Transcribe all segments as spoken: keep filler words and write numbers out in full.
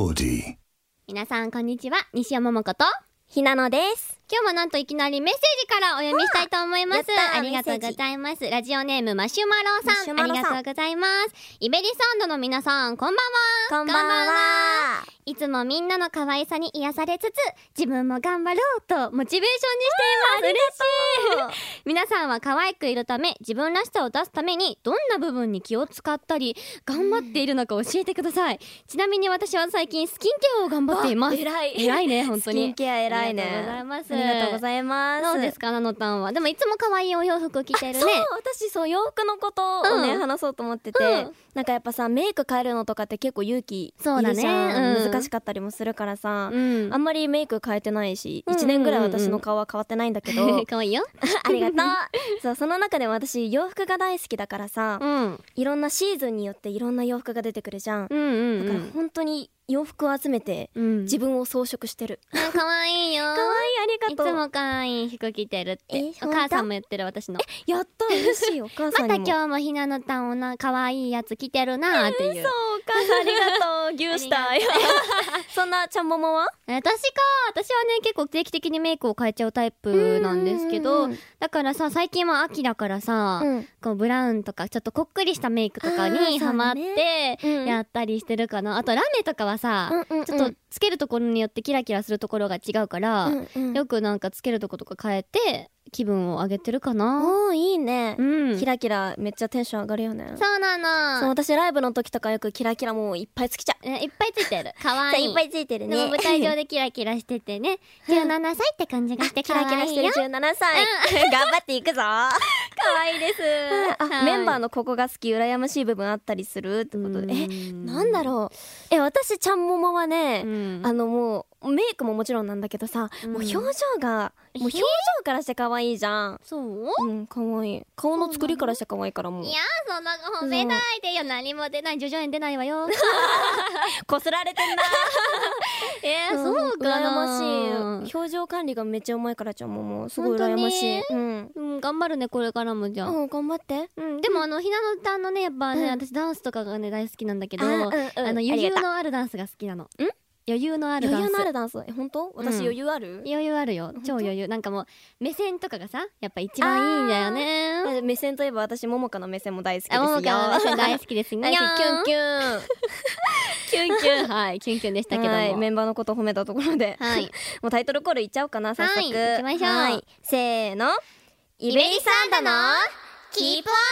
オーディー。 皆さんこんにちは、西尾桃子とひなのです。 今日もなんといきなりメッセージからお読みしたいと思います。ありがとうございます。ラジオネームマシュマロさん、ありがとうございます。イベリサンドの皆さん、こんばんは。 こんばんは。 いつもみんなの可愛さに癒されつつ、自分も頑張ろうとモチベーションにしています。嬉しい。皆さんは可愛くいるため、自分らしさを出すためにどんな部分に気を使ったり頑張っているのか教えてください。ちなみに私は最近スキンケアを頑張っています。 偉い偉いね、本当に。 スキンケア偉いね。 ありがとうございます。 ありがとうございます。 どうですか、なのたんは。でもいつも可愛いお洋服着てるね。 そう、私そう洋服のことをね、うん、話そうと思ってて、うん、なんかやっぱさメイク変えるのとかって結構勇気いるじゃん。そうだね、うん、難しかったりもするからさ、うん、あんまりメイク変えてないし、いちねんぐらい私の顔は変わってないんだけど、うんうんうん、 可愛いよありがとうそう、その中でも私洋服が大好きだからさ、うん、いろんなシーズンによっていろんな洋服が出てくるじゃん、うんうんうん、だから本当に洋服を集めて自分を装飾してる、うん、 かわいいよ。かわいい、 ありがとう。 いつもかわいい服着てるって、お母さんも言ってる。私のえ、やった嬉しい。お母さんにもまた今日もひなのたんをな、かわいいやつ着てるなーっていう、 えー、そう、お母さんありがとう。牛したいそんなちゃんももは？ 私か、私はね結構定期的にメイクを変えちゃうタイプなんですけど、だからさ、最近は秋だからさ、うん、こうブラウンとかちょっとこっくりしたメイクとかにハマってやったりしてるかな、ね、うん、あとラメとかはさ、うんうんうん、ちょっとつけるところによってキラキラするところが違うから、うんうん、よくなんかつけるところとか変えて気分を上げてるかな。 おー、いいね、うん、キラキラめっちゃテンション上がるよね。 そうなの。 そう、私ライブの時とかよくキラキラもういっぱいつけちゃう。 え、いっぱいついてる。かわいい。 いっぱいついてるね。 でも舞台上でキラキラしててねじゅうななさいって感じがして可愛いよ。キラキラしてるじゅうななさい、うん、頑張っていくぞかわいいですあ、はい、メンバーのここが好き、羨ましい部分あったりするってことで、え、なんだろう。え、私ちゃんももはね、うん、あのもうメイクももちろんなんだけどさ、うん、もう表情がもう表情からして可愛いじゃん。 そう、 うん、可愛い。顔の作りからして可愛いからもう。 いやー、そんな褒めないでよ。何も出ない。徐々に出ないわよこすられてんなえー、そうかな。 羨ましい。表情管理がめっちゃうまいからちゃんももうすごい羨ましい。うん、 うん、頑張るね、これからも。じゃあ、 うん、頑張って。 うん、でもあのひなのたんのね、やっぱね、うん、私ダンスとかがね大好きなんだけど、あ、うんうん、あの余裕のあるダンスが好きなの。ん余裕のあるダンス。 余裕のあるダンス。え、本当？私余裕ある？ 余裕あるよ。超余裕。なんかもう目線とかがさ、やっぱ一番いいんだよね。 目線といえば私ももかの目線も大好きですよ。 ももかの目線大好きですね。 キュンキュンキュンキュンはい、キュンキュンでしたけども、はい、 メンバーのこと褒めたところで、はい、もうタイトルコールいっちゃおうかな。早速、はい、 行きましょう。はい、 せーの。 イベリサンドのキープオン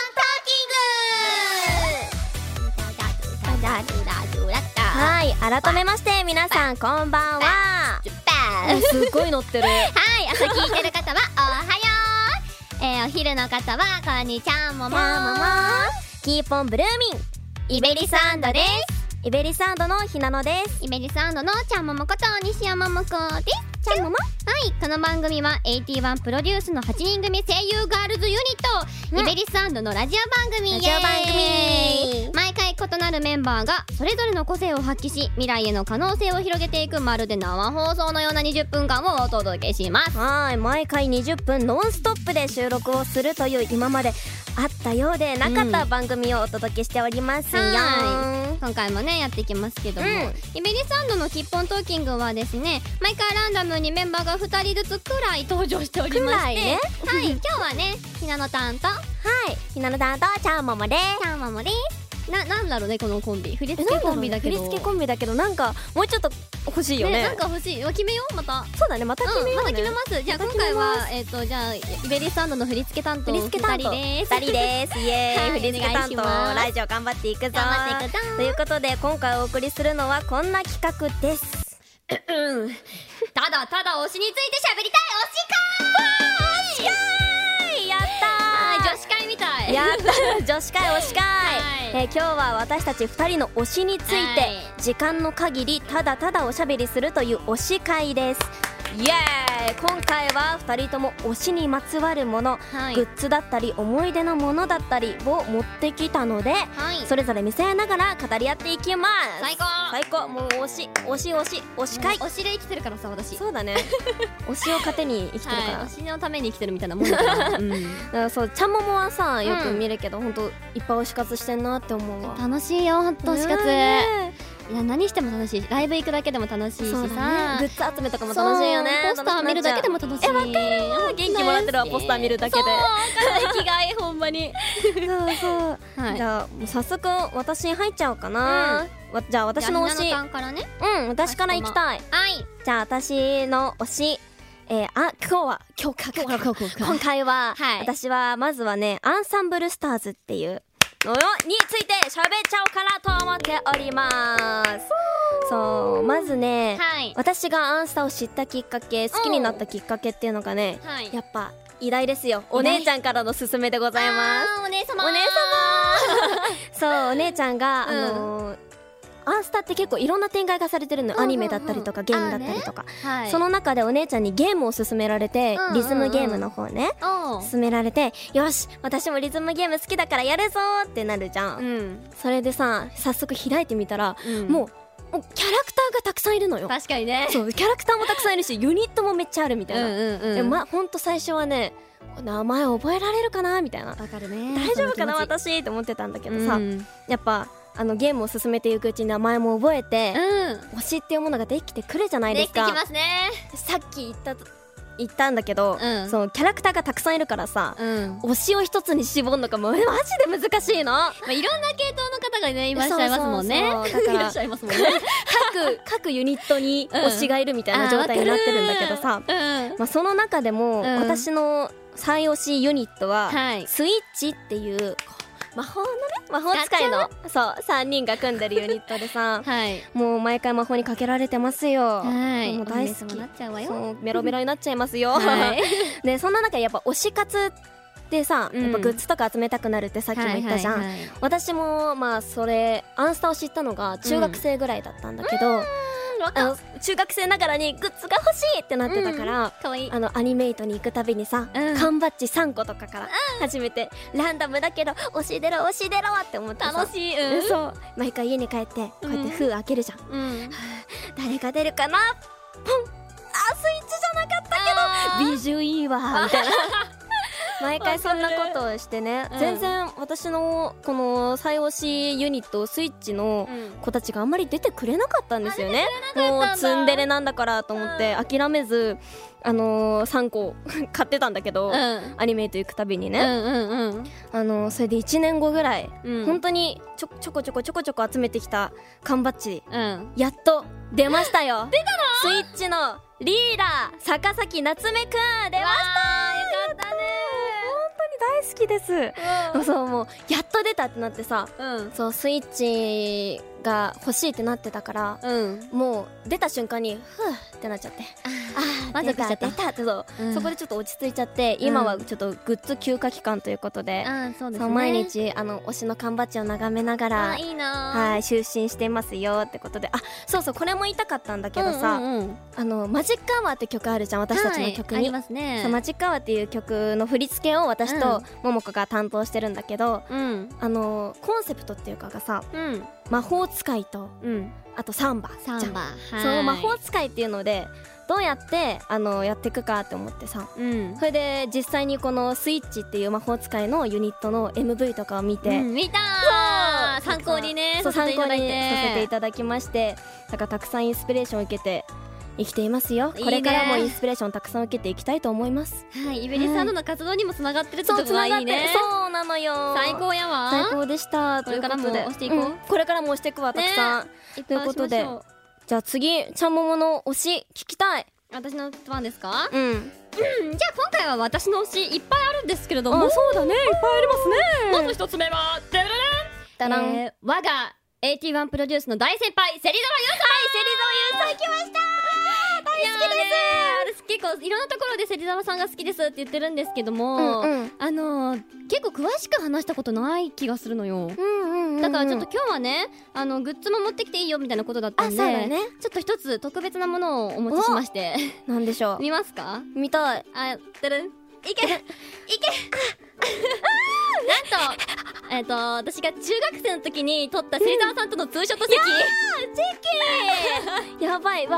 トーキング。 はい、改めまして皆さんこんばんは。すごい乗ってる。はい、 朝聞いてる方はおはよう、えー、お昼の方はこんにちは、もももも。 キーポンブルーミンイベリサンドです。 イベリサンドのひなのです。 イベリサンドのちゃんももこと西山もこです。 ちゃんもも。 はい、この番組はエイティワンプロデュースのはちにん組声優ガールズユニット、うん、イベリサンドのラジオ番組。 ラジオ番組。 毎回異なるメンバーがそれぞれの個性を発揮し、未来への可能性を広げていく、まるで生放送のようなにじゅっぷんかんをお届けします。 はい、毎回にじゅっぷんノンストップで収録をするという今まであったようでなかった番組をお届けしておりますよ、うん、 今回もねやっていきますけども、うん、イベリサンドのキッポントーキングはですね、毎回ランダムにメンバーがふたりずつくらい登場しておりまして、ね、はい、今日はねひなのたんと、はい、 ひなのたんとちゃんももです。 ちゃんももです。な、なんだろうねこのコンビ。振り付けコンビだけど、 振り付けコンビだけどなんかもうちょっと欲しいよね。 なんか欲しい。決めようまた。 そうだね、また決めようね。 また決めます。じゃあ今回はえっとじゃあイベリサンドの振り付け担当ふたりです。ふたりです。イエーイ。振り付け担当ラジオ頑張っていくぞ。 頑張っていくぞ。 ということで今回お送りするのはこんな企画です。 ただただ推しについて喋りたい推し会。推し会。やったー。女子会みたい。 やった女子会推し会。えー、今日は私たちふたりの推しについて時間の限りただただおしゃべりするという推し会です。イエーイ。今回はふたりとも推しにまつわるもの、はい、グッズだったり思い出のものだったりを持ってきたので、はい、それぞれ見せながら語り合っていきます。 最高最高。もう推し推し推し推し会。 推しで生きてるからさ私。 そうだね推しを糧に生きてるから、はい、 推しのために生きてるみたいなもんだから、うん、だからそうちゃんももはさよく見るけど、うん、ほんといっぱい推し活してんなって思うわ。 楽しいよほんと推し活。 いや何しても楽しいし、ライブ行くだけでも楽しいしさ、 そうだね、グッズ集めとかも楽しいよね。 ポスター見るだけでも楽しい。 え、わかるわ、元気もらってるわ、ポスター見るだけで。 そう、生きがいほんまにそうそう、はい、じゃあもう早速私に入っちゃおうかな、うん、わじゃあ私の推し、 ひなのさんからね、 うん、私から行きたい。 はい、 じゃあ私の推し、えー、あ、今日は今日か今日か今回は、はい、私はまずはね、アンサンブルスターズっていうのについて喋っちゃおうかなと思っております。そう、まずね、はい、私がアンスタを知ったきっかけ、好きになったきっかけっていうのがね、はい、やっぱ偉大ですよ。お姉ちゃんからの勧めでございます。 お姉様お姉様そう、お姉ちゃんが、うん、あのーアンスタって結構いろんな展開がされてるのよ、うんうんうん、アニメだったりとかゲームだったりとか、ね、はい、その中でお姉ちゃんにゲームを勧められて、うんうんうん、リズムゲームの方ね、勧められて、よし私もリズムゲーム好きだからやるぞってなるじゃん、うん、それでさ早速開いてみたら、うん、もうもうキャラクターがたくさんいるのよ。 確かにね、 そう、キャラクターもたくさんいるしユニットもめっちゃあるみたいな、うんうんうん、でまほんと最初はね、名前覚えられるかなみたいな、わかるね、大丈夫かな私って思ってたんだけどさ、うん、やっぱあのゲームを進めていくうちに名前も覚えて、うん、推しっていうものができてくるじゃないですか。 できてきますね。 さっき言った言ったんだけど、うん、そのキャラクターがたくさんいるからさ、うん、推しを一つに絞るのがもうマジで難しいの。まあ、いろんな系統の方がねいらっしゃいますもんね。 そうそうそう、だからいらっしゃいますもんね各, 各ユニットに推しがいるみたいな状態になってるんだけどさ、うん、まあ、その中でも、うん、私の最推しユニットは、はい、スイッチっていう魔法のね、魔法使いのそうさんにんが組んでるユニットでさ、はい、もう毎回魔法にかけられてますよ。はい、もう大好き。 なっちゃうわよ。 そう、メロメロになっちゃいますよ。はい、でそんな中やっぱ推し活でさ、やっぱグッズとか集めたくなるってさっきも言ったじゃん、はいはいはい、私もまあそれアンスタを知ったのが中学生ぐらいだったんだけど、うん、あの中学生ながらにグッズが欲しいってなってたから、うん、かわいい、あのアニメイトに行くたびにさ、うん、缶バッジさんことかから始めて、うん、ランダムだけど推し出ろ推し出ろって思ってさ、 楽しい、うん、 そう毎回家に帰ってこうやって封開けるじゃん、うん、誰が出るかな、ポン、あスイッチじゃなかったけど美女いいわみたいな毎回そんなことをしてね、うん、全然私のこの最推しユニットスイッチの子たちがあんまり出てくれなかったんですよね、うん、もうツンデレなんだからと思って諦めず、あのー、さんこ買ってたんだけど、うん、アニメイト行くたびにね、うんうんうん、あのー、それでいちねんごぐらい、うん、本当にちょ、ちょこちょこちょこちょこ集めてきた缶バッジ、うん、やっと出ましたよ。 出たの？ スイッチのリーダー坂崎夏目くん出ました。よかったね、 大好きです、うん、そうもうやっと出たってなってさ、うん、そうスイッチが欲しいってなってたから、うん、もう出た瞬間にふーってなっちゃって、 ああ満足しちゃった、 出たってそう、うん、そこでちょっと落ち着いちゃって、今はちょっとグッズ休暇期間ということで、うん、そうですね、そう毎日あの推しの缶バッジを眺めながら、 いいな、 はい、就寝してますよってことで、あそうそうこれも言いたかったんだけどさ、うんうんうん、あのマジックアワーって曲あるじゃん、私たちの曲に、はい、ありますね、そうマジックアワーっていう曲の振り付けを私とももこが担当してるんだけど、うん、あのコンセプトっていうかがさ、うん、魔法使いと、うん、あとサンバサンバ、 そう魔法使いっていうのでどうやってあのやっていくかって思ってさ、うん、それで実際にこのスイッチっていう魔法使いのユニットの エムブイ とかを見て、うん、 見たー、参考にねそう参考にさせていただきまして、だからたくさんインスピレーションを受けて生きていますよ。いいね、これからもインスピレーションたくさん受けていきたいと思います。 はい、イベリさんの活動にもつながってるってことがいいね。 そうなのよ、 最高やわ、 最高でした。 これからも押していこう、うん、 これからも押していくわたくさん、ね、ということでじゃあ次ちゃんももの推し聞きたい。 私の番ですか？ うん、うん、 じゃあ今回は私の推しいっぱいあるんですけれども、 あそうだね、いっぱいありますね。 まず一つ目はダラダラン、えー、我がエイティワンプロデュースの大先輩芹沢優さん、 はい、芹沢優さん来ました。大好きです。 私結構いろんなところで芹沢さんが好きですって言ってるんですけども、うんうん、あのー、結構詳しく話したことない気がするのよ、うんうんうんうん、だからちょっと今日はねあのグッズも持ってきていいよみたいなことだったんで、 あ、そうだね、 ちょっと一つ特別なものをお持ちしまして。 なんでしょう？ 見ますか？ 見たい。 あ、やってる？いけいけなんとえっと私が中学生の時に撮った芹沢さんとのツーショット席、 うん、やばいわ、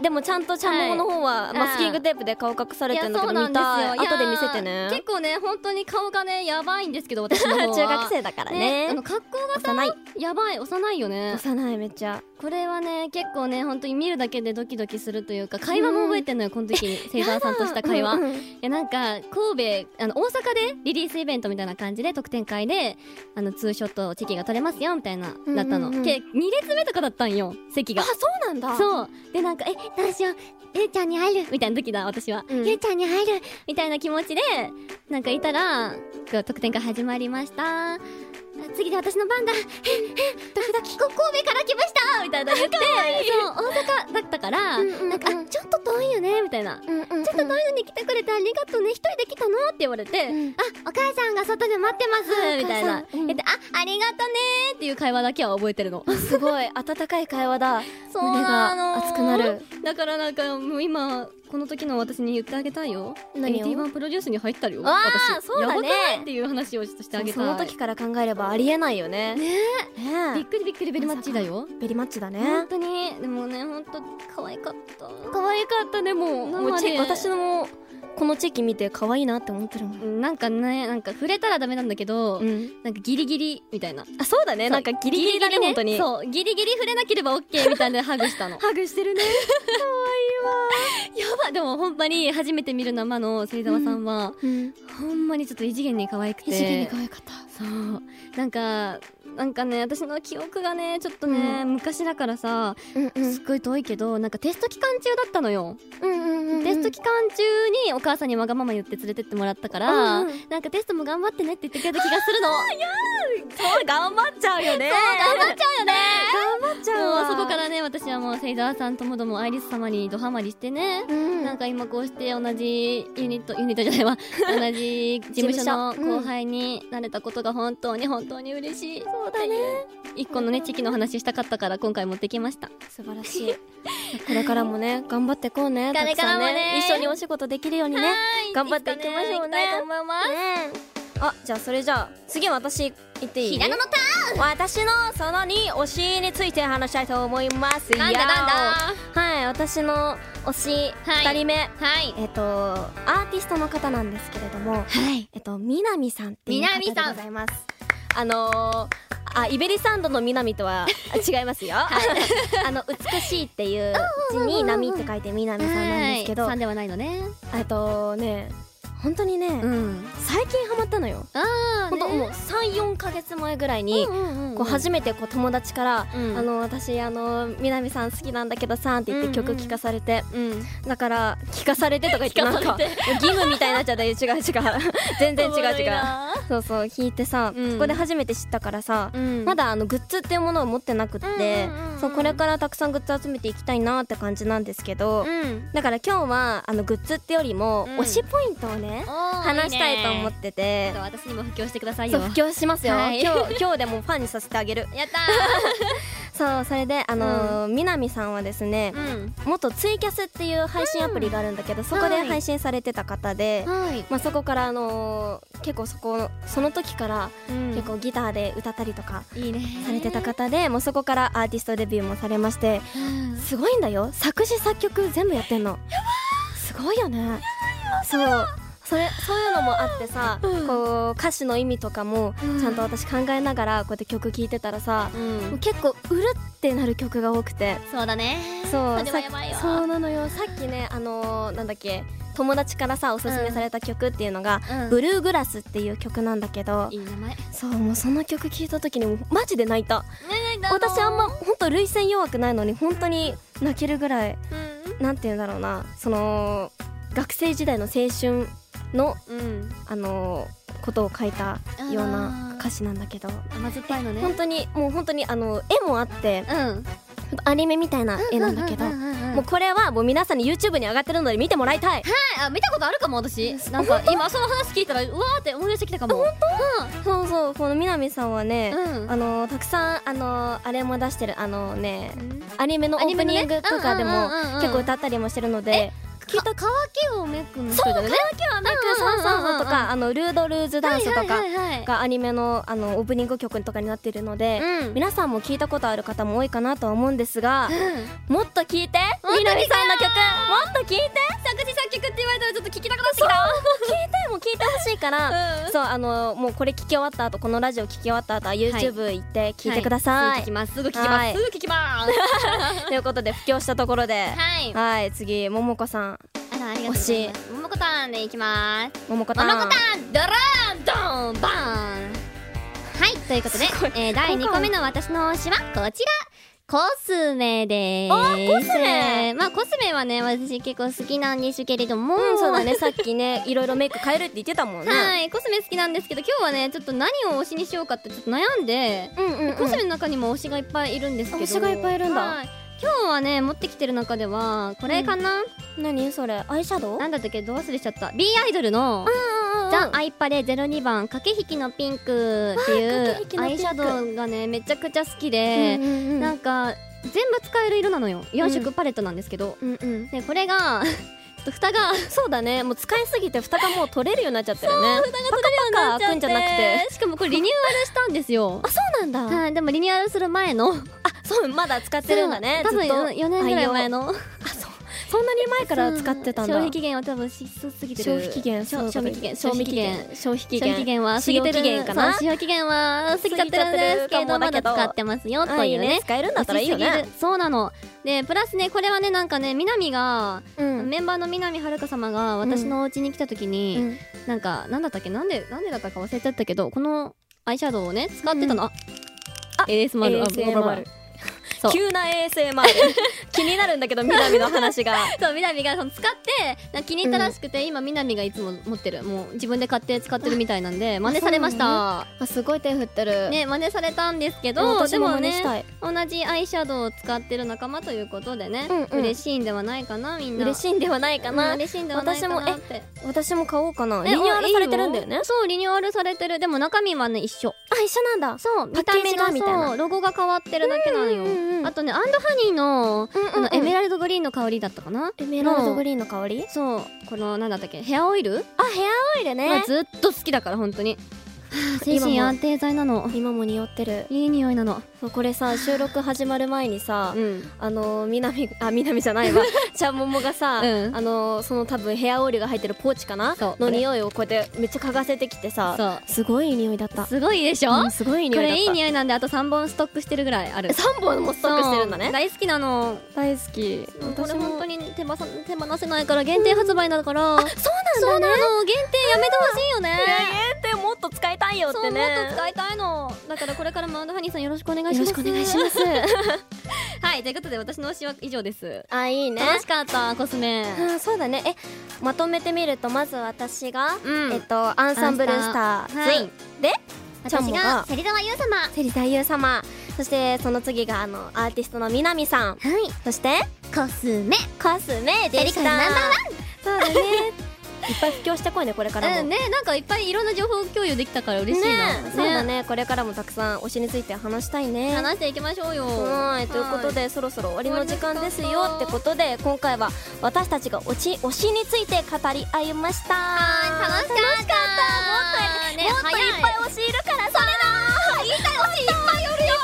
でもちゃんとちゃんももの方はマスキングテープで顔隠されてるんだけど、見たい。後で見せてね。 結構ね本当に顔がねやばいんですけど、私の方は中学生だからね。 あの格好がさやばい、幼いよね。 幼いめっちゃ。 これはね結構ね本当に見るだけでドキドキするというか、会話も覚えてんのよ、この時に星沢さんとした会話。いやなんか神戸あの大阪でリリースイベントみたいな感じで特典会であのツーショットチェキが取れますよみたいなだったの。けに列目とかだったんよ、席が。 あ、そうなんだ。 そうでなんかえどうしよう、ゆうちゃんに入るみたいな時だ私は、うん、ゆうちゃんに入るみたいな気持ちでなんかいたら特典会始まりました、次で私の番だ、へんへんドキドキ神戸から来ましたみたいな言って、そう大阪だったから、うんうんうん、なんかあちょっと遠いよねみたいな、うんうんうん、ちょっと遠いのに来てくれてありがとうね、一人で来たのって言われて、うん、あお母さんが外で待ってますみたいな、うん、言ってあありがとねっていう会話だけは覚えてるの。 すごい温かい会話だ。 そうなの、 胸が熱くなる。 だからなんかもう今この時の私に言ってあげたいよ。 何をエイティーワン プロデュースに入ったるよ。 あ私そうだね、 やばくないっていう話をしてあげたい。 その時から考えればありえないよね。 ねえ、びっくりびっくりベリマッチだよ。 ベリマッチだね本当に。でもね本当可愛かった。可愛かったね。もうもうチェ私のこのチェキ見て可愛いなって思ってるもん。 なんかねなんか触れたらダメなんだけど、うん、なんかギリギリみたいな。 あそうだね、なんかギリギリだね、本当に。 そうギリギリ触れなければ OK みたいなハグしたの。 ハグしてるね。可愛いわ。やば。でもほんまに初めて見る生の芹沢さんは、うん、ほんまにちょっと異次元に可愛くて。 異次元に可愛かった。 そうなんかなんかね私の記憶がねちょっとね、うん、昔だからさ、うんうん、すっごい遠いけどなんかテスト期間中だったのよ、うんうんうん、テスト期間中にお母さんにわがまま言って連れてってもらったから、うんうん、なんかテストも頑張ってねって言ってくれた気がするの。 いやそう頑張っちゃうよね。 そう頑張っちゃうよね。 頑張っちゃうわ。 もうそこからね私はもう芹沢さんともどもアイリス様にドハマりしてね、うん、なんか今こうして同じユニットユニットじゃないわ同じ事務所の後輩になれたことが本当に本当に嬉しい。 そうだね。 一個のねチェキの話したかったから今回持ってきました。 素晴らしい。これからもね頑張ってこうね。 これからもね一緒にお仕事できるようにね頑張っていきましょうね。 と思います、 うん、あじゃあそれじゃあ次私言っていい？ ひらののターン。 私のそのに推しについて話したいと思いますよ。 なんだなんだ。 はい私の推しふたりめ、はい、えっとアーティストの方なんですけれども、はい、えっと南さんっていう方でございます。あのーあイベリサンドの南とは違いますよ。はい、あの美しいっていう字に波って書いて南さんなんですけど、 さんではないのね。 えっとね本当にね、うん、最近ハマったのよ。あ本当もうさん、よんかげつまえぐらいにこう初めてこう友達から、うん、あの私あの南さん好きなんだけどさんって言って曲聴かされて、うんうん、だから聴かされてとか言ってなんか義務みたいになっちゃった。違う違う全然違う違うそうそう弾いてさ、うん、そこで初めて知ったからさ、うん、まだあのグッズっていうものを持ってなくって、うん、そうこれからたくさんグッズ集めていきたいなって感じなんですけど、うん、だから今日はあのグッズってよりも、うん、推しポイントをね話したいと思ってて、 いい私にも布教してくださいよ。 そう布教しますよ、はい、今日今日でもファンにさせてあげる。 やったーそうそれであのーうん、南さんはですね、うん、元ツイキャスっていう配信アプリがあるんだけど、うん、そこで配信されてた方で、はいまあ、そこからあのー、結構そこその時から、うん、結構ギターで歌ったりとかされてた方で、もうそこからアーティストデビューもされまして、うん、すごいんだよ。作詞作曲全部やってんの。すごいよね。そうそれそういうのもあってさ、うん、こう歌詞の意味とかもちゃんと私考えながらこうやって曲聴いてたらさ、うん、もう結構うるってなる曲が多くて。 そうだね。 そうそれはやばいよ。 そうなのよ。さっきねあのー、なんだっけ友達からさおすすめされた曲っていうのが、うん、ブルーグラスっていう曲なんだけど、 いい名前。 そうもうその曲聴いた時にもマジで泣いた。私あんまほんと涙腺弱くないのに本当に泣けるぐらい、うん、なんて言うんだろうな、その学生時代の青春の、うん、あのー、ことを書いたような歌詞なんだけど、 甘酸っぱいのね。 本当にもう本当にあの絵もあって、うん、アニメみたいな絵なんだけど、もうこれはもう皆さんに YouTube に上がってるので見てもらいたい。はい、 あ見たことあるかも私。なんか今その話聞いたらうわーって思い出してきたかも。 本当？うん、そうそう。この南さんはね、うん、あのたくさんあのあれも出してるあのね、うん、アニメのオープニングとかでも結構歌ったりもしてるので。 聞いた乾きをめくのそう乾人だよね。 きはめくそうそうそうとかあのルードルーズダンスとかはいはいはいはいがアニメのあのオープニング曲とかになってるので、 うん皆さんも聞いたことある方も多いかなとは思うんですが、 うんもっと聞いてもっと聞いてみなみさんの曲もっと聞いて作詞作曲って言われたらちょっと聞きたくなってきそうた。 もう聞いてもう聞いてほしいから、 うんそうあのもうこれ聞き終わった後このラジオ聞き終わった後は YouTube 行って聞いてください、 すぐ聞きますすぐ聞きます、 はいすぐ聞きますということで布教したところではいはい次ももこさんあらありがとうございます。ももこたんでいきます。 ももこたんももこたんドラーンドンバーン。はいということで、えー、だいにこめの私の推しはこちらコスメでーす。 あコスメまあコスメはね私結構好きなんですけれども、 うんそうだねさっきねいろいろメイク変えるって言ってたもんねはいコスメ好きなんですけど今日はねちょっと何を推しにしようかってちょっと悩んで、 うんうんうんコスメの中にも推しがいっぱいいるんですけど推しがいっぱいいるんだはい今日はね持ってきてる中ではこれかな、 何それアイシャドウなんだったっけど忘れしちゃった B アイドルのザ・アイパレゼロにばん駆け引きのピンクっていあー駆け引きのピンクうアイシャドウがねめちゃくちゃ好きで、 うんうんうんなんか全部使える色なのよよんしょくパレットなんですけど、 うんうんでこれがちょっと蓋がそうだねもう使いすぎて蓋がもう取れるようになっちゃってるね蓋が取れるようになっちゃってパカパカ開くんじゃなくてしかもこれリニューアルしたんですよあそうなんだはいでもリニューアルする前のあそうまだ使ってるんだねそう多分ずっとよねんぐらい前のあそうそんなに前から使ってたんだ消費期限は多分失速すぎてる消費期限消消費期限消費期限消費期限消費期限は過使用ぎてる期限かなそう使用期限は過ぎちゃってるんですけどまだ使ってますよとあいいうねいね使えるんだったらいいよね欲しすぎるそうなのでプラスねこれはねなんかね南が、 うんメンバーの南はるか様が私のお家に来た時に、 うんなんかなんだったっけなんでなんでだったか忘れちゃったけどこのアイシャドウをね使ってたの、ああエーエスエムアール あエーエスエムアールそう急な エーエスエムアール 気になるんだけど南の話がそう南がその使ってなんか気に入ったらしくて、今南がいつも持ってるもう自分で買って使ってるみたいなんで真似されましたあすごい手振ってるね真似されたんですけど私もでもね真似したい同じアイシャドウを使ってる仲間ということでね、 うんうん嬉しいんではないかなみんな嬉しいんではないかな、 うん嬉しいんではないかなって私も買おうかなねリニューアルされてるんだよねいいそうリニューアルされてるでも中身はね一緒あ一緒なんだそう見たパッケージが目のみたいなそうロゴが変わってるだけなのよ、 うんうんうんあとねアンドハニーの,、 うんうんうんあのエメラルドグリーンの香りだったかなエメラルドグリーンの香りそうこのなんだったっけヘアオイル、 あヘアオイルね、 まあ、ずっと好きだから本当に精神安定剤なの今も匂ってるいい匂いなのそうこれさ収録始まる前にさ、 うんあの南あ南じゃないわちゃんももがさ、 うんあのその多分ヘアオイルが入ってるポーチかなそうの匂いをこうやってめっちゃ嗅がせてきてさそうすごいいい匂いだったすごいでしょ、 うんすごいいい匂いだったこれいい匂いなんであとさんぼんストックしてるぐらいあるさんぼんもストックしてるんだねそう大好きなの大好きこれ私も本当に手放手放せないから限定発売だから、 そうそうなんだねなの限定やめてほしいよねいや限定もっと使いたいよっそうもってねと使いたいのだからこれからもアンドハニーさんよろしくお願いしますよろしくお願いしますはいということで私の推しは以上ですあいいね楽しかったコスメあそうだねえまとめてみるとまず私が、 うんえっとアンサンブルスターズ、 はいでちゃん私もがが芹沢優様芹沢優様そしてその次があのアーティストの南さんはいそしてコスメコスメでしたセリカナンバーワンそうだねいっぱい布教してこいねこれからもうんねなんかいっぱいいろんな情報共有できたから嬉しいな、 ねそうだねこれからもたくさん推しについて話したいね話していきましょうよはいということでそろそろ終わりの時間ですよってことで今回は私たちが推し推しについて語り合いましたはい楽しかった楽しかったねもっともっといっぱい推しいるからさそれだ言いたい推しいっぱいおるよ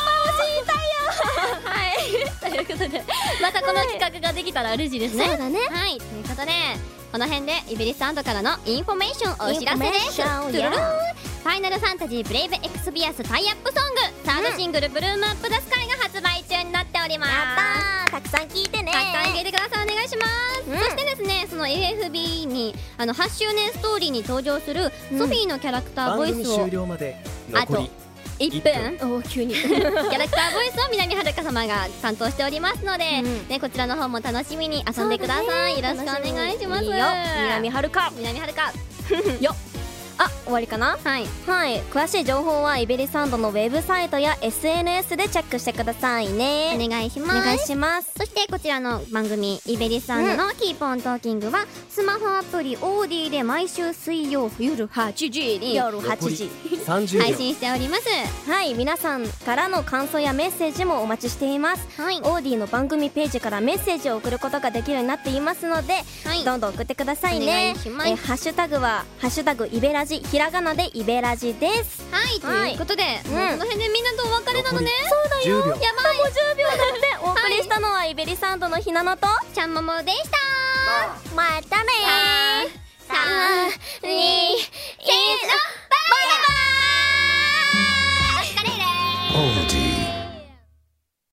いっぱい推しいたいよはいということでまたこの企画ができたら嬉しいですね、 そうだねはいということでこの辺でイベリスサンドからのインフォメーションお知らせですインフォメーショントゥルルンやファイナルファンタジーブレイブエクスビアスタイアップソングサードシングル、ブルームアップダスカイが発売中になっておりますやったーたくさん聞いてねたくさん入れてくださいお願いします、 うんそしてですねその エーエフビー にあのはちしゅうねんストーリーに登場するうんソフィーのキャラクターボ番組イスを終了まで残りいっぷんお急にキャラクターボイスを南はるか様が担当しておりますので、 うんね、こちらの方も楽しみに遊んでください、よろしくお願いしますいいよ南はるか南はるかよあ終わりかな。 はいはい、詳しい情報はイベリサンドのウェブサイトや エスエヌエス でチェックしてくださいね。 お願いします。 お願いします。 そしてこちらの番組イベリサンドのキープオントーキングはスマホアプリオーディで毎週水曜夜はちじに夜はちじ配信しております。 はい、皆さんからの感想やメッセージもお待ちしています。はい、オーディの番組ページからメッセージを送ることができるようになっていますので、はい、どんどん送ってくださいね。お願いします。えハッシュタグはハッシュタグイベラジ、ひらがなでイベラジです。 はい、ということで、うん、もうこの辺でみんなとお別れなのね。 そうだよ、やばい、もうじゅうびょうだって。お送りしたのはイベリサンドのひなのとちゃんももでした。 またねー。 さんにいち